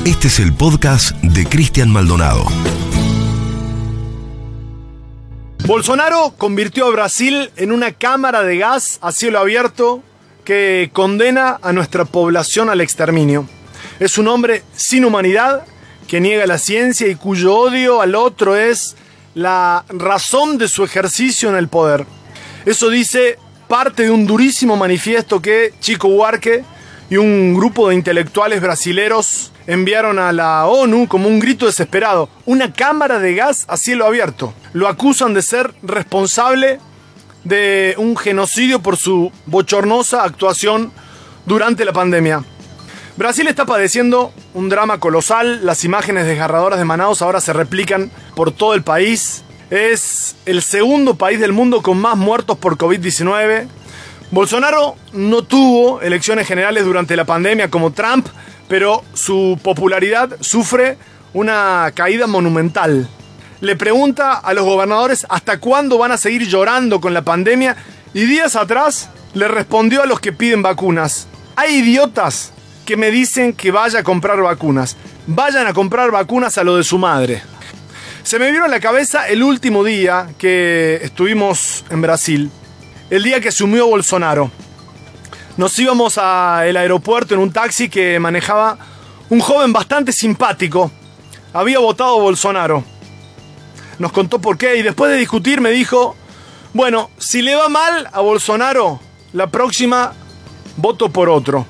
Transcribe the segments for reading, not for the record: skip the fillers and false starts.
Este es el podcast de Cristian Maldonado. Bolsonaro convirtió a Brasil en una cámara de gas a cielo abierto que condena a nuestra población al exterminio. Es un hombre sin humanidad que niega la ciencia y cuyo odio al otro es la razón de su ejercicio en el poder. Eso dice parte de un durísimo manifiesto que Chico Buarque y un grupo de intelectuales brasileros enviaron a la ONU como un grito desesperado. Una cámara de gas a cielo abierto. Lo acusan de ser responsable de un genocidio por su bochornosa actuación durante la pandemia. Brasil está padeciendo un drama colosal. Las imágenes desgarradoras de Manaus ahora se replican por todo el país. Es el segundo país del mundo con más muertos por COVID-19. Bolsonaro no tuvo elecciones generales durante la pandemia como Trump, pero su popularidad sufre una caída monumental. Le pregunta a los gobernadores hasta cuándo van a seguir llorando con la pandemia y días atrás le respondió a los que piden vacunas: hay idiotas que me dicen que vaya a comprar vacunas. Vayan a comprar vacunas a lo de su madre. Se me vino a la cabeza el último día que estuvimos en Brasil, el día que asumió Bolsonaro. Nos íbamos al aeropuerto en un taxi que manejaba un joven bastante simpático. Había votado a Bolsonaro. Nos contó por qué y después de discutir me dijo: bueno, si le va mal a Bolsonaro, la próxima voto por otro.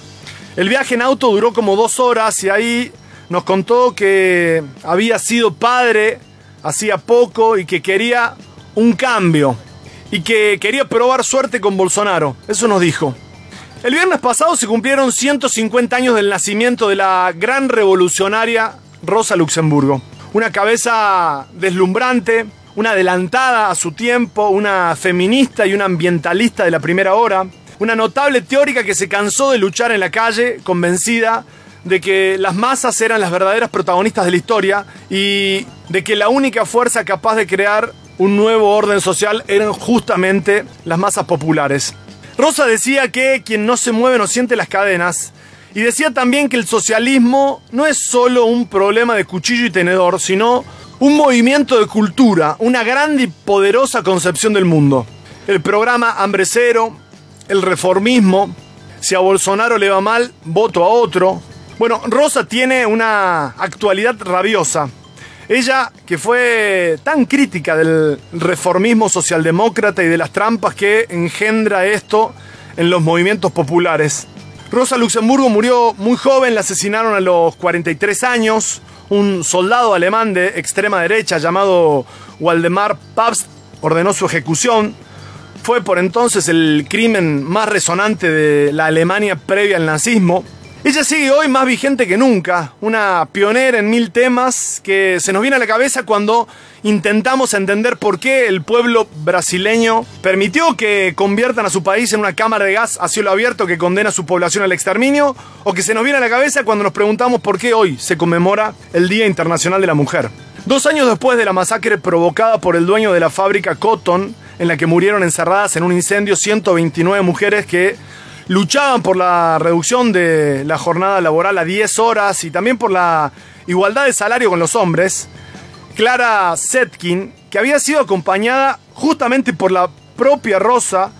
El viaje en auto duró como 2 horas y ahí nos contó que había sido padre hacía poco y que quería un cambio y que quería probar suerte con Bolsonaro. Eso nos dijo. El viernes pasado se cumplieron 150 años del nacimiento de la gran revolucionaria Rosa Luxemburgo. Una cabeza deslumbrante, una adelantada a su tiempo, una feminista y una ambientalista de la primera hora. Una notable teórica que se cansó de luchar en la calle, convencida de que las masas eran las verdaderas protagonistas de la historia y de que la única fuerza capaz de crear un nuevo orden social eran justamente las masas populares. Rosa decía que quien no se mueve no siente las cadenas y decía también que el socialismo no es solo un problema de cuchillo y tenedor, sino un movimiento de cultura, una grande y poderosa concepción del mundo. El programa Hambre Cero, el reformismo, si a Bolsonaro le va mal, voto a otro. Bueno, Rosa tiene una actualidad rabiosa. Ella, que fue tan crítica del reformismo socialdemócrata y de las trampas que engendra esto en los movimientos populares. Rosa Luxemburgo murió muy joven, la asesinaron a los 43 años. Un soldado alemán de extrema derecha llamado Waldemar Pabst ordenó su ejecución. Fue por entonces el crimen más resonante de la Alemania previa al nazismo. Ella sigue hoy más vigente que nunca, una pionera en 1000 temas que se nos viene a la cabeza cuando intentamos entender por qué el pueblo brasileño permitió que conviertan a su país en una cámara de gas a cielo abierto que condena a su población al exterminio, o que se nos viene a la cabeza cuando nos preguntamos por qué hoy se conmemora el Día Internacional de la Mujer. 2 años después de la masacre provocada por el dueño de la fábrica Cotton, en la que murieron encerradas en un incendio 129 mujeres que luchaban por la reducción de la jornada laboral a 10 horas y también por la igualdad de salario con los hombres, Clara Zetkin, que había sido acompañada justamente por la propia Rosa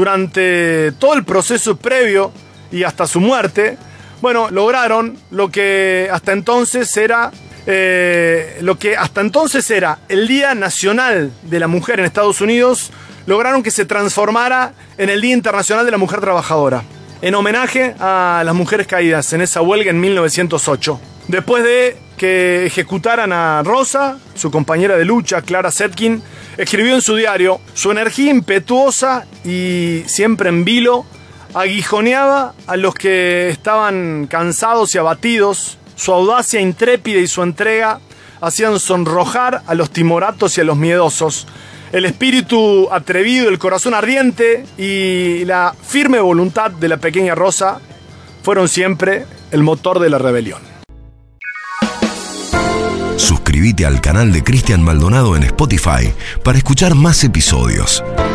durante todo el proceso previo y hasta su muerte, bueno, lograron lo que hasta entonces era el Día Nacional de la Mujer en Estados Unidos. Lograron que se transformara en el Día Internacional de la Mujer Trabajadora, en homenaje a las mujeres caídas en esa huelga en 1908. Después de que ejecutaran a Rosa, su compañera de lucha, Clara Zetkin, escribió en su diario: su energía impetuosa y siempre en vilo aguijoneaba a los que estaban cansados y abatidos. Su audacia intrépida y su entrega hacían sonrojar a los timoratos y a los miedosos. El espíritu atrevido, el corazón ardiente y la firme voluntad de la pequeña Rosa fueron siempre el motor de la rebelión. Suscríbete al canal de Cristian Maldonado en Spotify para escuchar más episodios.